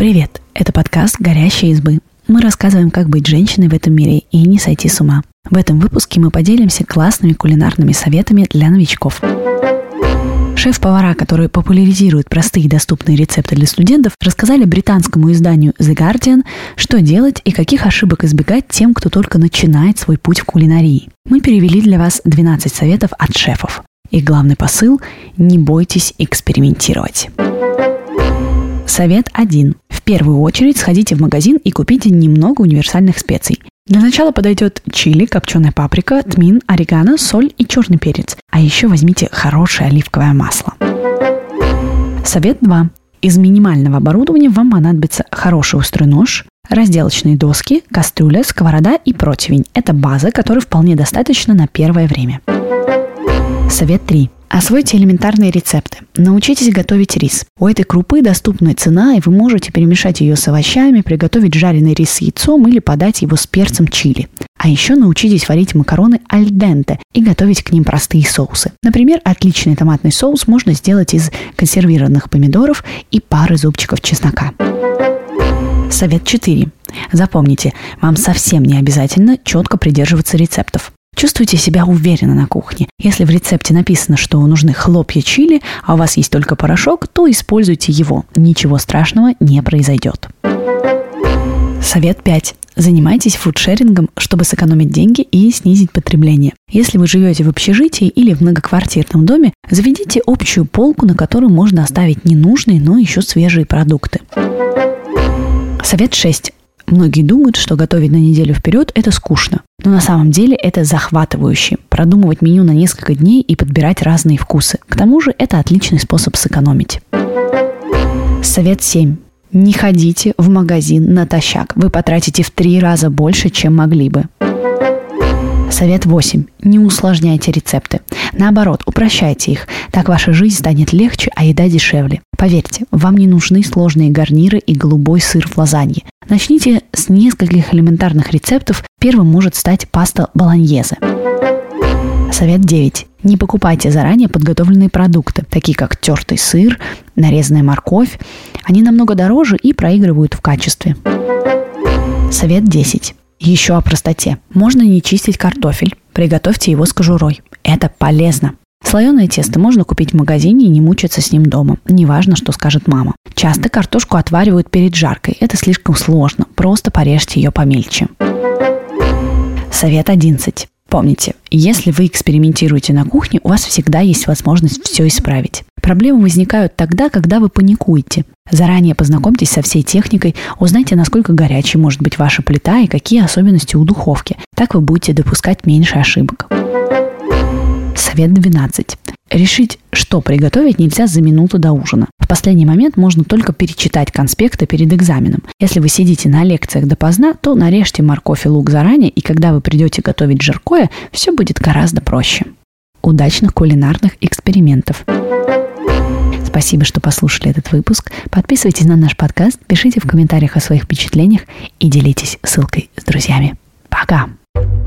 Привет! Это подкаст «Горящие избы». Мы рассказываем, как быть женщиной в этом мире и не сойти с ума. В этом выпуске мы поделимся классными кулинарными советами для новичков. Шеф-повара, которые популяризируют простые и доступные рецепты для студентов, рассказали британскому изданию The Guardian, что делать и каких ошибок избегать тем, кто только начинает свой путь в кулинарии. Мы перевели для вас 12 советов от шефов. Их главный посыл – не бойтесь экспериментировать. Совет 1. В первую очередь сходите в магазин и купите немного универсальных специй. Для начала подойдет чили, копченая паприка, тмин, орегано, соль и черный перец. А еще возьмите хорошее оливковое масло. Совет 2. Из минимального оборудования вам понадобится хороший острый нож, разделочные доски, кастрюля, сковорода и противень. Это база, которой вполне достаточно на первое время. Совет 3. Освойте элементарные рецепты. Научитесь готовить рис. У этой крупы доступная цена, и вы можете перемешать ее с овощами, приготовить жареный рис с яйцом или подать его с перцем чили. А еще научитесь варить макароны аль денте и готовить к ним простые соусы. Например, отличный томатный соус можно сделать из консервированных помидоров и пары зубчиков чеснока. Совет 4. Запомните, вам совсем не обязательно четко придерживаться рецептов. Чувствуйте себя уверенно на кухне. Если в рецепте написано, что нужны хлопья чили, а у вас есть только порошок, то используйте его. Ничего страшного не произойдет. Совет 5. Занимайтесь фудшерингом, чтобы сэкономить деньги и снизить потребление. Если вы живете в общежитии или в многоквартирном доме, заведите общую полку, на которой можно оставить ненужные, но еще свежие продукты. Совет 6. Многие думают, что готовить на неделю вперед – это скучно. Но на самом деле это захватывающе. Продумывать меню на несколько дней и подбирать разные вкусы. К тому же это отличный способ сэкономить. Совет 7. Не ходите в магазин натощак. Вы потратите в 3 раза больше, чем могли бы. Совет 8. Не усложняйте рецепты. Наоборот, упрощайте их. Так ваша жизнь станет легче, а еда дешевле. Поверьте, вам не нужны сложные гарниры и голубой сыр в лазанье. Начните с нескольких элементарных рецептов. Первым может стать паста болоньезе. Совет 9. Не покупайте заранее подготовленные продукты, такие как тертый сыр, нарезанная морковь. Они намного дороже и проигрывают в качестве. Совет 10. Еще о простоте. Можно не чистить картофель. Приготовьте его с кожурой. Это полезно. Слоеное тесто можно купить в магазине и не мучиться с ним дома. Неважно, что скажет мама. Часто картошку отваривают перед жаркой. Это слишком сложно. Просто порежьте ее помельче. Совет 11. Помните, если вы экспериментируете на кухне, у вас всегда есть возможность все исправить. Проблемы возникают тогда, когда вы паникуете. Заранее познакомьтесь со всей техникой, узнайте, насколько горячей может быть ваша плита и какие особенности у духовки. Так вы будете допускать меньше ошибок. Совет 12. Решить, что приготовить, нельзя за минуту до ужина. В последний момент можно только перечитать конспекты перед экзаменом. Если вы сидите на лекциях допоздна, то нарежьте морковь и лук заранее, и когда вы придете готовить жаркое, все будет гораздо проще. Удачных кулинарных экспериментов! Спасибо, что послушали этот выпуск. Подписывайтесь на наш подкаст, пишите в комментариях о своих впечатлениях и делитесь ссылкой с друзьями. Пока!